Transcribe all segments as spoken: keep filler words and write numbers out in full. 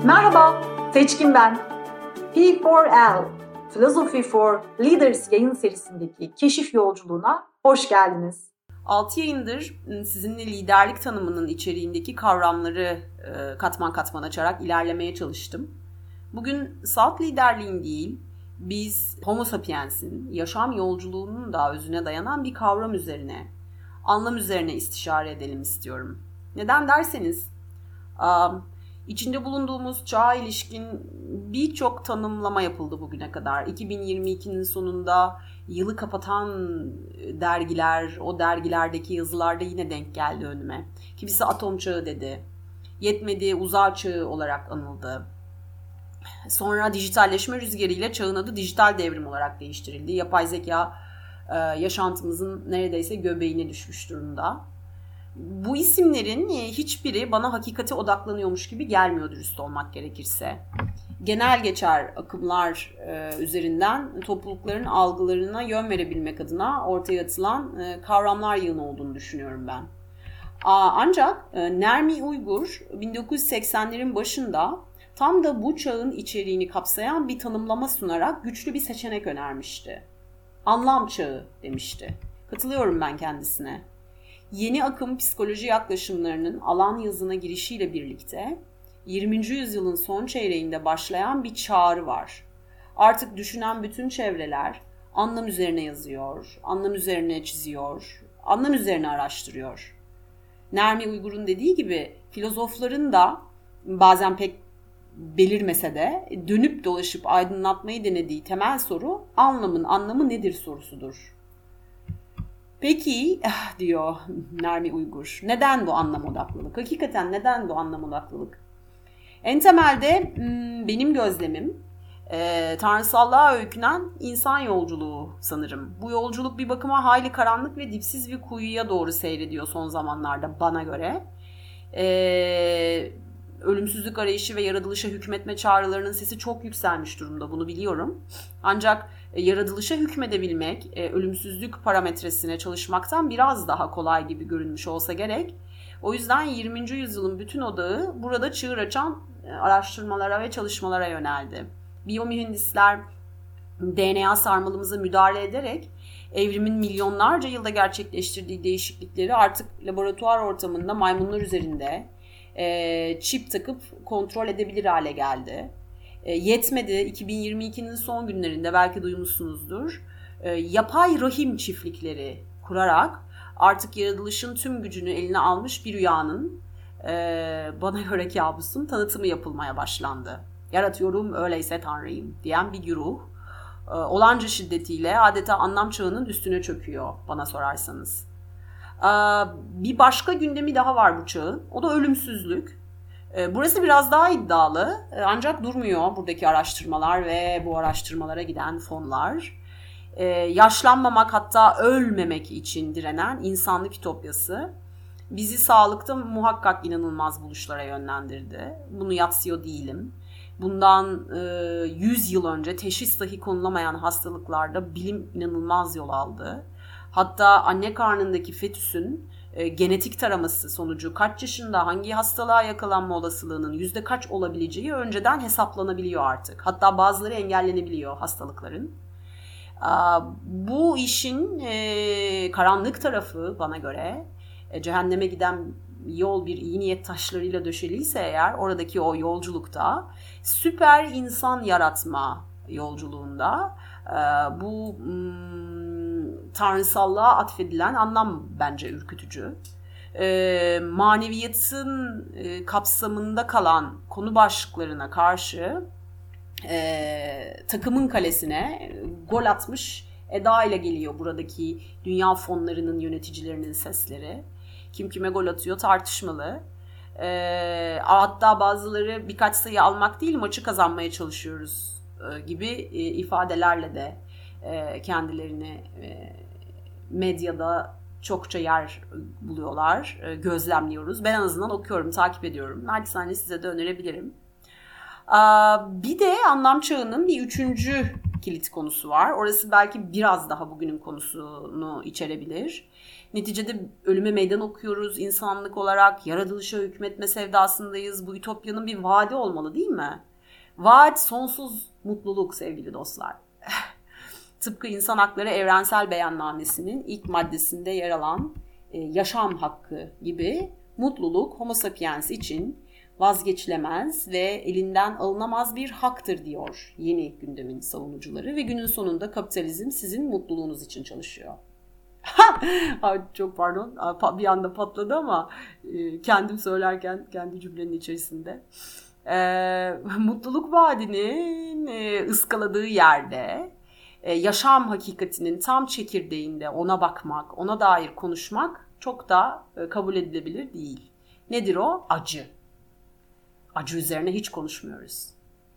Merhaba, Seçkin ben. P for L, Philosophy for Leaders yayın serisindeki keşif yolculuğuna hoş geldiniz. altı yayındır sizinle liderlik tanımının içeriğindeki kavramları katman katman açarak ilerlemeye çalıştım. Bugün salt liderliğin değil, biz Homo sapiens'in yaşam yolculuğunun da özüne dayanan bir kavram üzerine, anlam üzerine istişare edelim istiyorum. Neden derseniz, içinde bulunduğumuz çağa ilişkin birçok tanımlama yapıldı bugüne kadar. iki bin yirmi ikinin sonunda yılı kapatan dergiler, o dergilerdeki yazılarda yine denk geldi önüme. Kimisi atom çağı dedi. Yetmedi, uzay çağı olarak anıldı. Sonra dijitalleşme rüzgarıyla çağın adı dijital devrim olarak değiştirildi. Yapay zeka yaşantımızın neredeyse göbeğine düşmüş durumda. Bu isimlerin hiçbiri bana hakikate odaklanıyormuş gibi gelmiyor dürüst olmak gerekirse. Genel geçer akımlar üzerinden toplulukların algılarına yön verebilmek adına ortaya atılan kavramlar yığını olduğunu düşünüyorum ben. Ancak Nermi Uygur bin dokuz yüz seksenlerin başında tam da bu çağın içeriğini kapsayan bir tanımlama sunarak güçlü bir seçenek önermişti. Anlam çağı demişti. Katılıyorum ben kendisine. Yeni akım psikoloji yaklaşımlarının alan yazına girişiyle birlikte yirminci yüzyılın son çeyreğinde başlayan bir çağrı var. Artık düşünen bütün çevreler anlam üzerine yazıyor, anlam üzerine çiziyor, anlam üzerine araştırıyor. Nermi Uygur'un dediği gibi filozofların da bazen pek belirmese de dönüp dolaşıp aydınlatmayı denediği temel soru anlamın anlamı nedir sorusudur. Peki diyor Nermi Uygur, neden bu anlam odaklılık? Hakikaten neden bu anlam odaklılık? En temelde benim gözlemim e, tanrısallığa öykünen insan yolculuğu sanırım. Bu yolculuk bir bakıma hayli karanlık ve dipsiz bir kuyuya doğru seyrediyor son zamanlarda bana göre. E, ölümsüzlük arayışı ve yaratılışa hükmetme çağrılarının sesi çok yükselmiş durumda, bunu biliyorum. Ancak e, yaratılışa hükmedebilmek, e, ölümsüzlük parametresine çalışmaktan biraz daha kolay gibi görünmüş olsa gerek. O yüzden yirminci yüzyılın bütün odağı burada çığır açan araştırmalara ve çalışmalara yöneldi. Biyomühendisler D N A sarmalımıza müdahale ederek evrimin milyonlarca yılda gerçekleştirdiği değişiklikleri artık laboratuvar ortamında maymunlar üzerinde e, çip takıp kontrol edebilir hale geldi. E, yetmedi, iki bin yirmi ikinin son günlerinde belki duymuşsunuzdur, e, yapay rahim çiftlikleri kurarak artık yaratılışın tüm gücünü eline almış bir rüyanın, e, bana göre kabusun tanıtımı yapılmaya başlandı. Yaratıyorum öyleyse tanrıyım diyen bir güruh e, olanca şiddetiyle adeta anlam çağının üstüne çöküyor bana sorarsanız. E, bir başka gündemi daha var bu çağın, o da ölümsüzlük. E, burası biraz daha iddialı e, ancak durmuyor buradaki araştırmalar ve bu araştırmalara giden fonlar. Ee, yaşlanmamak, hatta ölmemek için direnen insanlık ütopyası bizi sağlıkta muhakkak inanılmaz buluşlara yönlendirdi. Bunu yatsıyor değilim. Bundan e, yüz yıl önce teşhis dahi konulamayan hastalıklarda bilim inanılmaz yol aldı. Hatta anne karnındaki fetüsün e, genetik taraması sonucu kaç yaşında hangi hastalığa yakalanma olasılığının yüzde kaç olabileceği önceden hesaplanabiliyor artık. Hatta bazıları engellenebiliyor hastalıkların. Bu işin e, karanlık tarafı bana göre e, cehenneme giden yol bir iyi niyet taşlarıyla döşeliyse eğer, oradaki o yolculukta süper insan yaratma yolculuğunda e, bu m, tanrısallığa atfedilen anlam bence ürkütücü. E, maneviyatın e, kapsamında kalan konu başlıklarına karşı Ee, takımın kalesine gol atmış eda ile geliyor buradaki dünya fonlarının yöneticilerinin sesleri. Kim kime gol atıyor tartışmalı. Ee, hatta bazıları birkaç sayı almak değil maçı kazanmaya çalışıyoruz e, gibi e, ifadelerle de e, kendilerini e, medyada çokça yer buluyorlar, e, gözlemliyoruz. Ben en azından okuyorum, takip ediyorum. Naçizane size de önerebilirim. Bir de anlam çağının bir üçüncü kilit konusu var. Orası belki biraz daha bugünün konusunu içerebilir. Neticede ölüme meydan okuyoruz insanlık olarak. Yaratılışa hükmetme sevdasındayız. Bu ütopyanın bir vaadi olmalı değil mi? Vaat sonsuz mutluluk sevgili dostlar. Tıpkı İnsan Hakları Evrensel Beyannamesi'nin ilk maddesinde yer alan e, yaşam hakkı gibi mutluluk Homo sapiens için vazgeçilemez ve elinden alınamaz bir haktır diyor yeni gündemin savunucuları ve günün sonunda kapitalizm sizin mutluluğunuz için çalışıyor. Çok pardon bir anda patladı ama kendim söylerken kendi cümlenin içerisinde. E, mutluluk vaadinin e, ıskaladığı yerde e, yaşam hakikatinin tam çekirdeğinde ona bakmak, ona dair konuşmak çok da e, kabul edilebilir değil. Nedir o? Acı. Acı üzerine hiç konuşmuyoruz.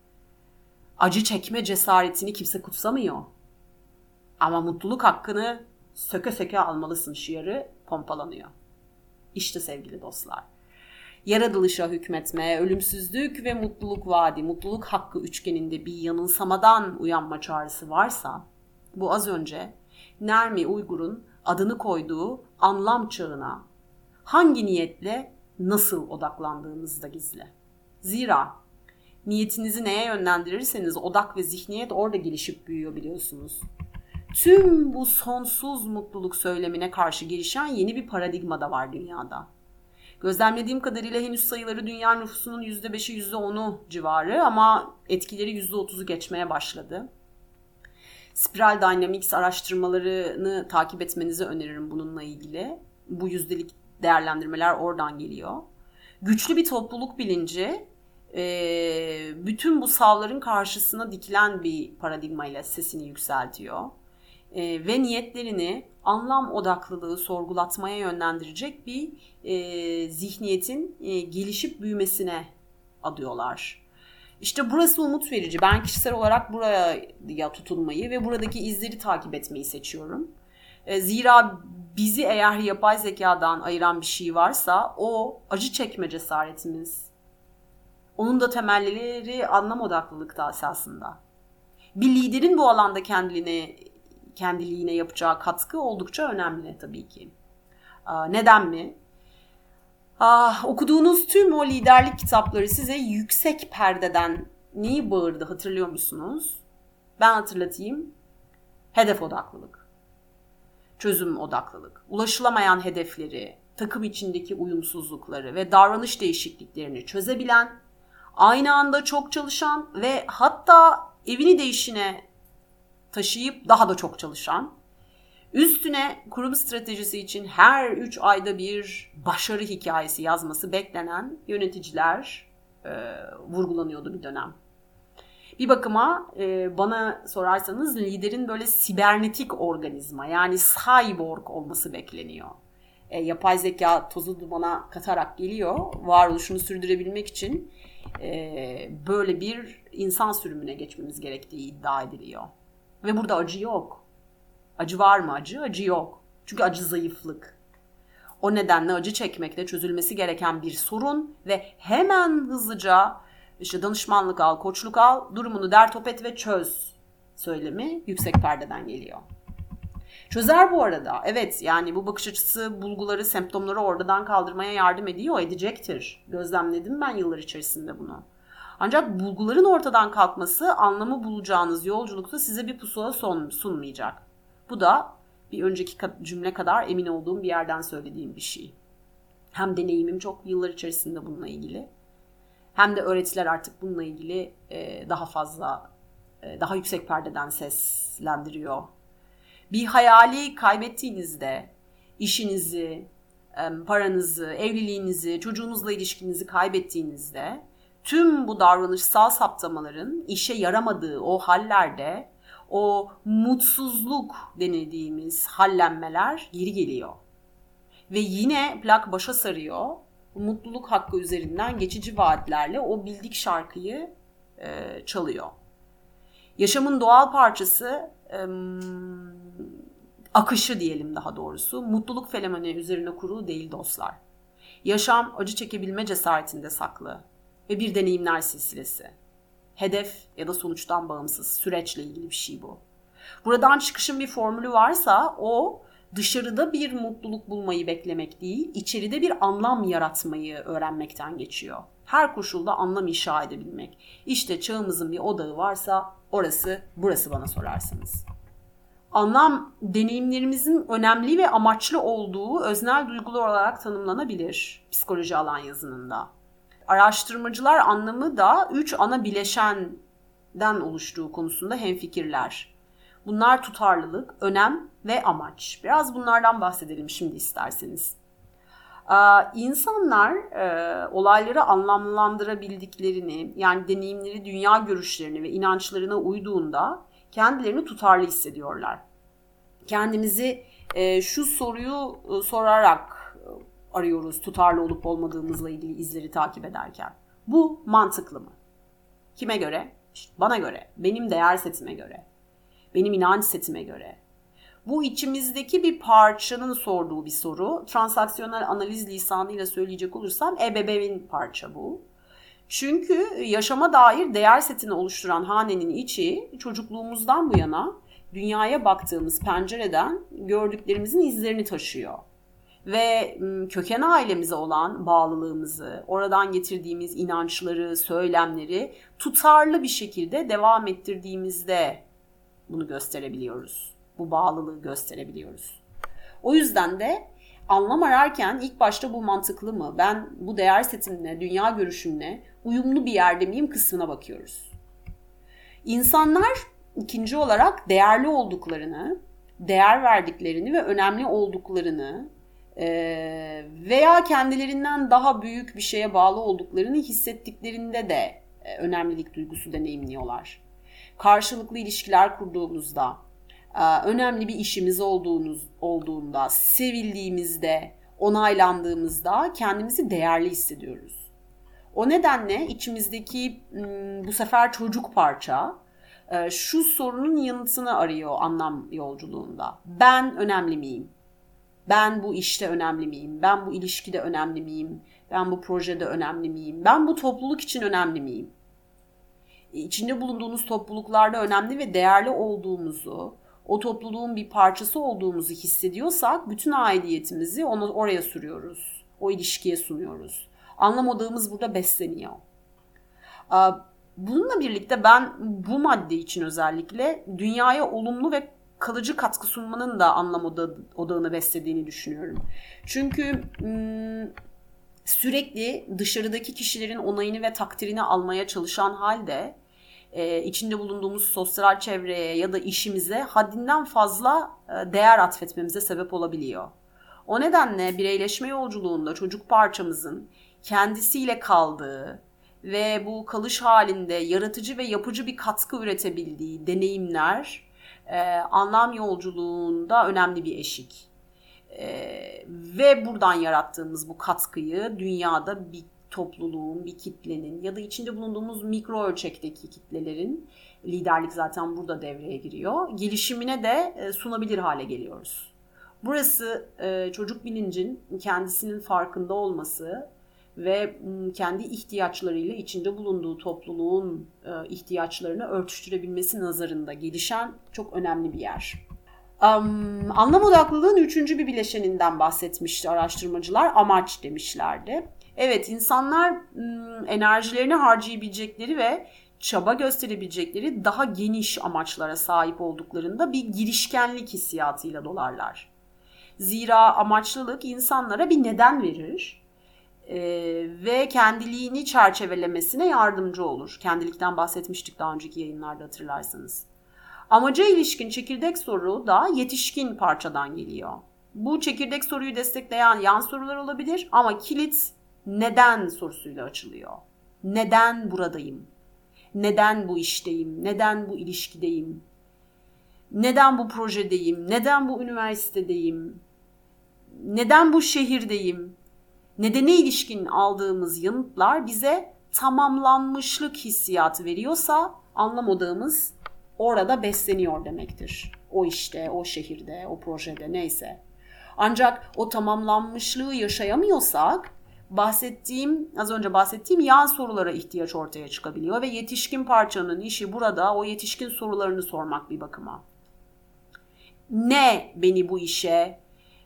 Acı çekme cesaretini kimse kutsamıyor. Ama mutluluk hakkını söke söke almalısın şiarı pompalanıyor. İşte sevgili dostlar. Yaratılışa hükmetme, ölümsüzlük ve mutluluk vaadi, mutluluk hakkı üçgeninde bir yanılsamadan uyanma çağrısı varsa, bu az önce Nermi Uygur'un adını koyduğu anlam çağına hangi niyetle nasıl odaklandığınız da gizli. Zira niyetinizi neye yönlendirirseniz odak ve zihniyet orada gelişip büyüyor biliyorsunuz. Tüm bu sonsuz mutluluk söylemine karşı gelişen yeni bir paradigma da var dünyada. Gözlemlediğim kadarıyla henüz sayıları dünya nüfusunun yüzde beşi yüzde onu civarı ama etkileri yüzde otuzu geçmeye başladı. Spiral Dynamics araştırmalarını takip etmenizi öneririm bununla ilgili. Bu yüzdelik değerlendirmeler oradan geliyor. Güçlü bir topluluk bilinci bütün bu savların karşısına dikilen bir paradigma ile sesini yükseltiyor. Ve niyetlerini anlam odaklılığı sorgulatmaya yönlendirecek bir e, zihniyetin e, gelişip büyümesine adıyorlar. İşte burası umut verici. Ben kişisel olarak buraya tutunmayı ve buradaki izleri takip etmeyi seçiyorum. E, zira bizi eğer yapay zekadan ayıran bir şey varsa o acı çekme cesaretimiz. Onun da temelleri anlam odaklılıkta esasında. Bir liderin bu alanda kendiliğine kendiliğine yapacağı katkı oldukça önemli tabii ki. Neden mi? Ah, okuduğunuz tüm o liderlik kitapları size yüksek perdeden neyi bağırdı hatırlıyor musunuz? Ben hatırlatayım. Hedef odaklılık, çözüm odaklılık, ulaşılamayan hedefleri, takım içindeki uyumsuzlukları ve davranış değişikliklerini çözebilen, aynı anda çok çalışan ve hatta evini de işine taşıyıp daha da çok çalışan, üstüne kurum stratejisi için her üç ayda bir başarı hikayesi yazması beklenen yöneticiler e, vurgulanıyordu bir dönem. Bir bakıma e, bana sorarsanız liderin böyle sibernetik organizma yani cyborg olması bekleniyor. E, yapay zeka tozu dumana katarak geliyor. Varoluşunu sürdürebilmek için e, böyle bir insan sürümüne geçmemiz gerektiği iddia ediliyor. Ve burada acı yok. Acı var mı acı? Acı yok. Çünkü acı zayıflık. O nedenle acı çekmekte çözülmesi gereken bir sorun ve hemen hızlıca işte danışmanlık al, koçluk al, durumunu dertop et ve çöz söylemi yüksek perdeden geliyor. Çözer bu arada. Evet yani bu bakış açısı bulguları, semptomları oradan kaldırmaya yardım ediyor, edecektir. Gözlemledim ben yıllar içerisinde bunu. Ancak bulguların ortadan kalkması anlamı bulacağınız yolculukta size bir pusula sunmayacak. Bu da bir önceki cümle kadar emin olduğum bir yerden söylediğim bir şey. Hem deneyimim çok yıllar içerisinde bununla ilgili. Hem de öğretiler artık bununla ilgili daha fazla, daha yüksek perdeden seslendiriyor. Bir hayali kaybettiğinizde işinizi, paranızı, evliliğinizi, çocuğunuzla ilişkinizi kaybettiğinizde tüm bu davranışsal saptamaların işe yaramadığı o hallerde o mutsuzluk denediğimiz hallenmeler geri geliyor. Ve yine plak başa sarıyor. Mutluluk hakkı üzerinden geçici vaatlerle o bildik şarkıyı e, çalıyor. Yaşamın doğal parçası, e, akışı diyelim daha doğrusu, mutluluk fenomeni üzerine kurulu değil dostlar. Yaşam acı çekebilme cesaretinde saklı ve bir deneyimler silsilesi. Hedef ya da sonuçtan bağımsız, süreçle ilgili bir şey bu. Buradan çıkışın bir formülü varsa o dışarıda bir mutluluk bulmayı beklemek değil, içeride bir anlam yaratmayı öğrenmekten geçiyor. Her koşulda anlam inşa edebilmek. İşte çağımızın bir odağı varsa orası, burası bana sorarsanız. Anlam, deneyimlerimizin önemli ve amaçlı olduğu öznel duygular olarak tanımlanabilir psikoloji alan yazınında. Araştırmacılar anlamı da üç ana bileşenden oluştuğu konusunda hemfikirler. Bunlar tutarlılık, önem ve amaç. Biraz bunlardan bahsedelim şimdi isterseniz. Ee, insanlar e, olayları anlamlandırabildiklerini, yani deneyimleri, dünya görüşlerini ve inançlarına uyduğunda kendilerini tutarlı hissediyorlar. Kendimizi e, şu soruyu e, sorarak e, arıyoruz tutarlı olup olmadığımızla ilgili izleri takip ederken. Bu mantıklı mı? Kime göre? İşte bana göre, benim değer setime göre, benim inanç setime göre. Bu içimizdeki bir parçanın sorduğu bir soru. Transaksiyonel analiz lisanıyla söyleyecek olursam ebeveyn parça bu. Çünkü yaşama dair değer setini oluşturan hanenin içi çocukluğumuzdan bu yana dünyaya baktığımız pencereden gördüklerimizin izlerini taşıyor. Ve köken ailemize olan bağlılığımızı, oradan getirdiğimiz inançları, söylemleri tutarlı bir şekilde devam ettirdiğimizde bunu gösterebiliyoruz. Bu bağlılığı gösterebiliyoruz. O yüzden de anlam ararken ilk başta bu mantıklı mı? Ben bu değer setimle, dünya görüşümle uyumlu bir yerde miyim kısmına bakıyoruz. İnsanlar ikinci olarak değerli olduklarını, değer verdiklerini ve önemli olduklarını veya kendilerinden daha büyük bir şeye bağlı olduklarını hissettiklerinde de önemlilik duygusu deneyimliyorlar. Karşılıklı ilişkiler kurduğumuzda, önemli bir işimiz olduğunuz, olduğunda, sevildiğimizde, onaylandığımızda kendimizi değerli hissediyoruz. O nedenle içimizdeki bu sefer çocuk parça şu sorunun yanıtını arıyor anlam yolculuğunda. Ben önemli miyim? Ben bu işte önemli miyim? Ben bu ilişkide önemli miyim? Ben bu projede önemli miyim? Ben bu topluluk için önemli miyim? İçinde bulunduğumuz topluluklarda önemli ve değerli olduğumuzu, o topluluğun bir parçası olduğumuzu hissediyorsak bütün aidiyetimizi onu oraya sürüyoruz. O ilişkiye sunuyoruz. Anlam odağımız burada besleniyor. Bununla birlikte ben bu madde için özellikle dünyaya olumlu ve kalıcı katkı sunmanın da anlam odağını beslediğini düşünüyorum. Çünkü sürekli dışarıdaki kişilerin onayını ve takdirini almaya çalışan halde içinde bulunduğumuz sosyal çevreye ya da işimize haddinden fazla değer atfetmemize sebep olabiliyor. O nedenle bireyleşme yolculuğunda çocuk parçamızın kendisiyle kaldığı ve bu kalış halinde yaratıcı ve yapıcı bir katkı üretebildiği deneyimler anlam yolculuğunda önemli bir eşik. Ve buradan yarattığımız bu katkıyı dünyada bir topluluğun, bir kitlenin ya da içinde bulunduğumuz mikro ölçekteki kitlelerin, liderlik zaten burada devreye giriyor, gelişimine de sunabilir hale geliyoruz. Burası çocuk bilincin kendisinin farkında olması ve kendi ihtiyaçlarıyla içinde bulunduğu topluluğun ihtiyaçlarını örtüştürebilmesi nazarında gelişen çok önemli bir yer. Um, anlam odaklılığın üçüncü bir bileşeninden bahsetmişti araştırmacılar, amaç demişlerdi. Evet, insanlar ım, enerjilerini harcayabilecekleri ve çaba gösterebilecekleri daha geniş amaçlara sahip olduklarında bir girişkenlik hissiyatıyla dolarlar. Zira amaçlılık insanlara bir neden verir ee, ve kendiliğini çerçevelemesine yardımcı olur. Kendilikten bahsetmiştik daha önceki yayınlarda hatırlarsanız. Amaca ilişkin çekirdek soru da yetişkin parçadan geliyor. Bu çekirdek soruyu destekleyen yan sorular olabilir ama kilit neden sorusuyla açılıyor. Neden buradayım? Neden bu işteyim? Neden bu ilişkideyim? Neden bu projedeyim? Neden bu üniversitedeyim? Neden bu şehirdeyim? Nedene ilişkin aldığımız yanıtlar bize tamamlanmışlık hissiyatı veriyorsa anlam odağımız orada besleniyor demektir. O işte, o şehirde, o projede neyse. Ancak o tamamlanmışlığı yaşayamıyorsak bahsettiğim, az önce bahsettiğim yan sorulara ihtiyaç ortaya çıkabiliyor ve yetişkin parçanın işi burada o yetişkin sorularını sormak bir bakıma. Ne beni bu işe,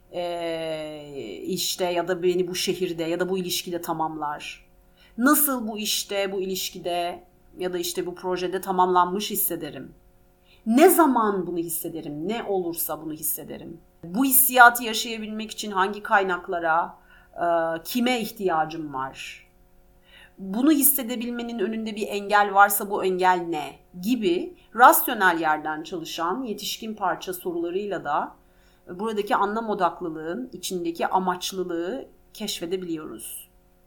e, işte ya da beni bu şehirde ya da bu ilişkide tamamlar? Nasıl bu işte, bu ilişkide ya da işte bu projede tamamlanmış hissederim? Ne zaman bunu hissederim? Ne olursa bunu hissederim? Bu hissiyatı yaşayabilmek için hangi kaynaklara, e, kime ihtiyacım var? Bunu hissedebilmenin önünde bir engel varsa bu engel ne? Gibi rasyonel yerden çalışan yetişkin parça sorularıyla da buradaki anlam odaklılığın içindeki amaçlılığı keşfedebiliyoruz.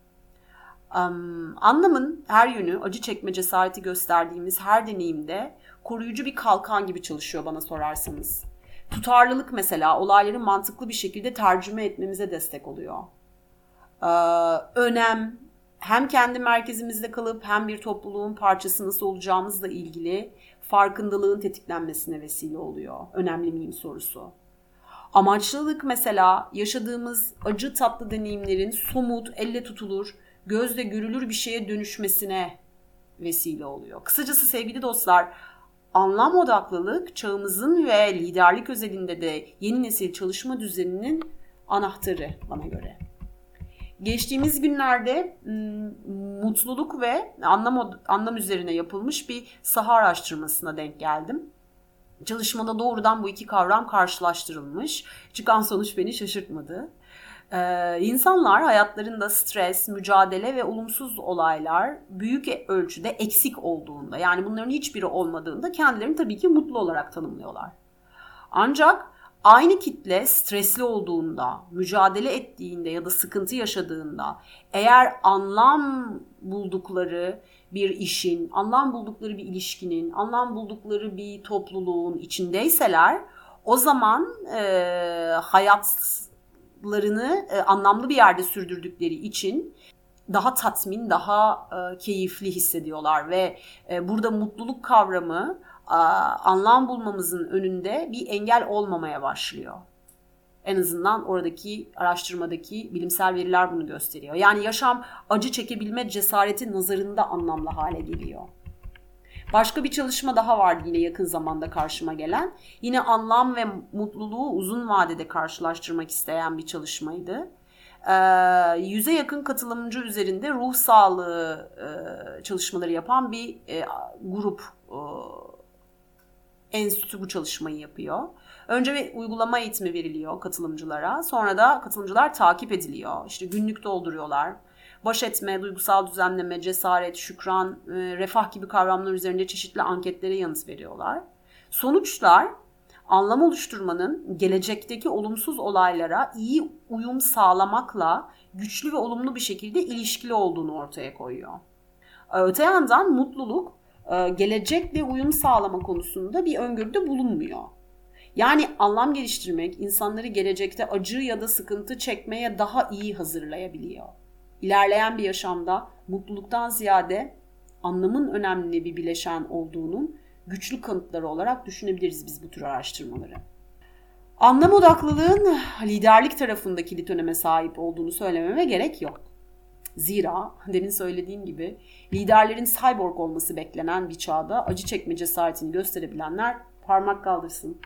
Um, anlamın her yönü, acı çekme cesareti gösterdiğimiz her deneyimde koruyucu bir kalkan gibi çalışıyor bana sorarsanız. Tutarlılık mesela olayları mantıklı bir şekilde tercüme etmemize destek oluyor. Ee, önem, hem kendi merkezimizde kalıp hem bir topluluğun parçası nasıl olacağımızla ilgili farkındalığın tetiklenmesine vesile oluyor. Önemli miyim sorusu. Amaçlılık mesela yaşadığımız acı tatlı deneyimlerin somut, elle tutulur, gözle görülür bir şeye dönüşmesine vesile oluyor. Kısacası sevgili dostlar, anlam odaklılık çağımızın ve liderlik özelinde de yeni nesil çalışma düzeninin anahtarı bana göre. Geçtiğimiz günlerde mutluluk ve anlam, anlam üzerine yapılmış bir saha araştırmasına denk geldim. Çalışmada doğrudan bu iki kavram karşılaştırılmış. Çıkan sonuç beni şaşırtmadı. Ee, insanlar hayatlarında stres, mücadele ve olumsuz olaylar büyük ölçüde eksik olduğunda, yani bunların hiçbiri olmadığında kendilerini tabii ki mutlu olarak tanımlıyorlar. Ancak aynı kitle stresli olduğunda, mücadele ettiğinde ya da sıkıntı yaşadığında eğer anlam buldukları bir işin, anlam buldukları bir ilişkinin, anlam buldukları bir topluluğun içindeyseler o zaman e, hayatlarını e, anlamlı bir yerde sürdürdükleri için daha tatmin, daha e, keyifli hissediyorlar ve e, burada mutluluk kavramı e, anlam bulmamızın önünde bir engel olmamaya başlıyor. En azından oradaki araştırmadaki bilimsel veriler bunu gösteriyor. Yani yaşam acı çekebilme cesareti nazarında anlamlı hale geliyor. Başka bir çalışma daha vardı yine yakın zamanda karşıma gelen. Yine anlam ve mutluluğu uzun vadede karşılaştırmak isteyen bir çalışmaydı. Ee, yüze yakın katılımcı üzerinde ruh sağlığı e, çalışmaları yapan bir e, grup e, enstitü bu çalışmayı yapıyor. Önce bir uygulama eğitimi veriliyor katılımcılara. Sonra da katılımcılar takip ediliyor. İşte günlük dolduruyorlar. Baş etme, duygusal düzenleme, cesaret, şükran, refah gibi kavramlar üzerinde çeşitli anketlere yanıt veriyorlar. Sonuçlar anlam oluşturmanın gelecekteki olumsuz olaylara iyi uyum sağlamakla güçlü ve olumlu bir şekilde ilişkili olduğunu ortaya koyuyor. Öte yandan mutluluk gelecekle uyum sağlama konusunda bir öngörüde bulunmuyor. Yani anlam geliştirmek insanları gelecekte acı ya da sıkıntı çekmeye daha iyi hazırlayabiliyor. İlerleyen bir yaşamda mutluluktan ziyade anlamın önemli bir bileşen olduğunun güçlü kanıtları olarak düşünebiliriz biz bu tür araştırmaları. Anlam odaklılığın liderlik tarafında kilit öneme sahip olduğunu söylememe gerek yok. Zira demin söylediğim gibi liderlerin cyborg olması beklenen bir çağda acı çekme cesaretini gösterebilenler parmak kaldırsın.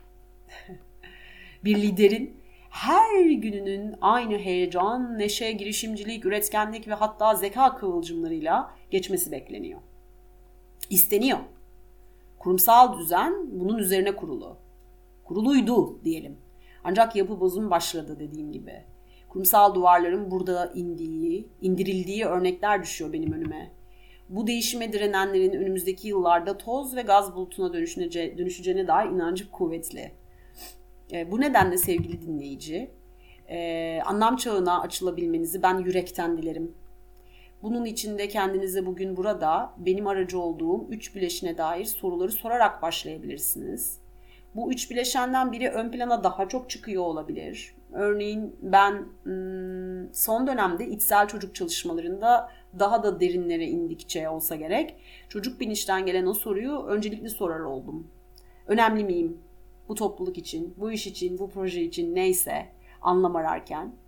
Bir liderin her gününün aynı heyecan, neşe, girişimcilik, üretkenlik ve hatta zeka kıvılcımlarıyla geçmesi bekleniyor. İsteniyor. Kurumsal düzen bunun üzerine kurulu. Kuruluydu diyelim. Ancak yapı bozum başladı dediğim gibi. Kurumsal duvarların burada indiği, indirildiği örnekler düşüyor benim önüme. Bu değişime direnenlerin önümüzdeki yıllarda toz ve gaz bulutuna dönüşeceğine dair inancı kuvvetli. E, bu nedenle sevgili dinleyici, e, anlam çağına açılabilmenizi ben yürekten dilerim. Bunun için de kendinize bugün burada benim aracı olduğum üç bileşine dair soruları sorarak başlayabilirsiniz. Bu üç bileşenden biri ön plana daha çok çıkıyor olabilir. Örneğin ben son dönemde içsel çocuk çalışmalarında daha da derinlere indikçe olsa gerek çocuk bilinçten gelen o soruyu öncelikli sorar oldum. Önemli miyim? Bu topluluk için, bu iş için, bu proje için neyse anlam ararken.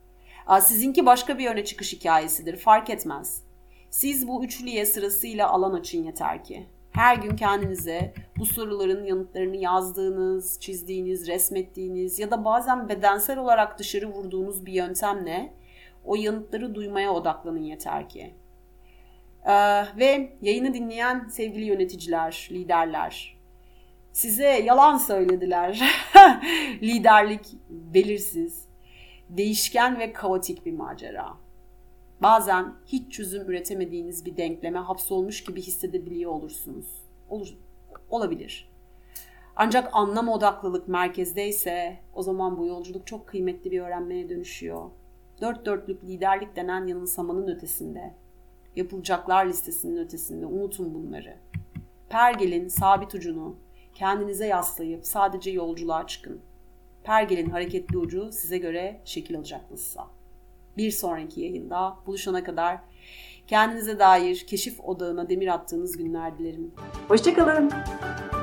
Sizinki başka bir yöne çıkış hikayesidir. Fark etmez. Siz bu üçlüye sırasıyla alan açın yeter ki. Her gün kendinize bu soruların yanıtlarını yazdığınız, çizdiğiniz, resmettiğiniz ya da bazen bedensel olarak dışarı vurduğunuz bir yöntemle o yanıtları duymaya odaklanın yeter ki. Ee, ve yayını dinleyen sevgili yöneticiler, liderler, size yalan söylediler. Liderlik belirsiz, değişken ve kaotik bir macera. Bazen hiç çözüm üretemediğiniz bir denkleme hapsolmuş gibi hissedebiliyor olursunuz. Olur, olabilir. Ancak anlam odaklılık merkezdeyse o zaman bu yolculuk çok kıymetli bir öğrenmeye dönüşüyor. Dört dörtlük liderlik denen yanılsamanın ötesinde, yapılacaklar listesinin ötesinde unutun bunları. Pergelin sabit ucunu kendinize yaslayıp sadece yolculuğa çıkın. Pergelin hareketli ucu size göre şekil alacak nasılsa. Bir sonraki yayında buluşana kadar kendinize dair keşif odağına demir attığınız günler dilerim. Hoşça kalın.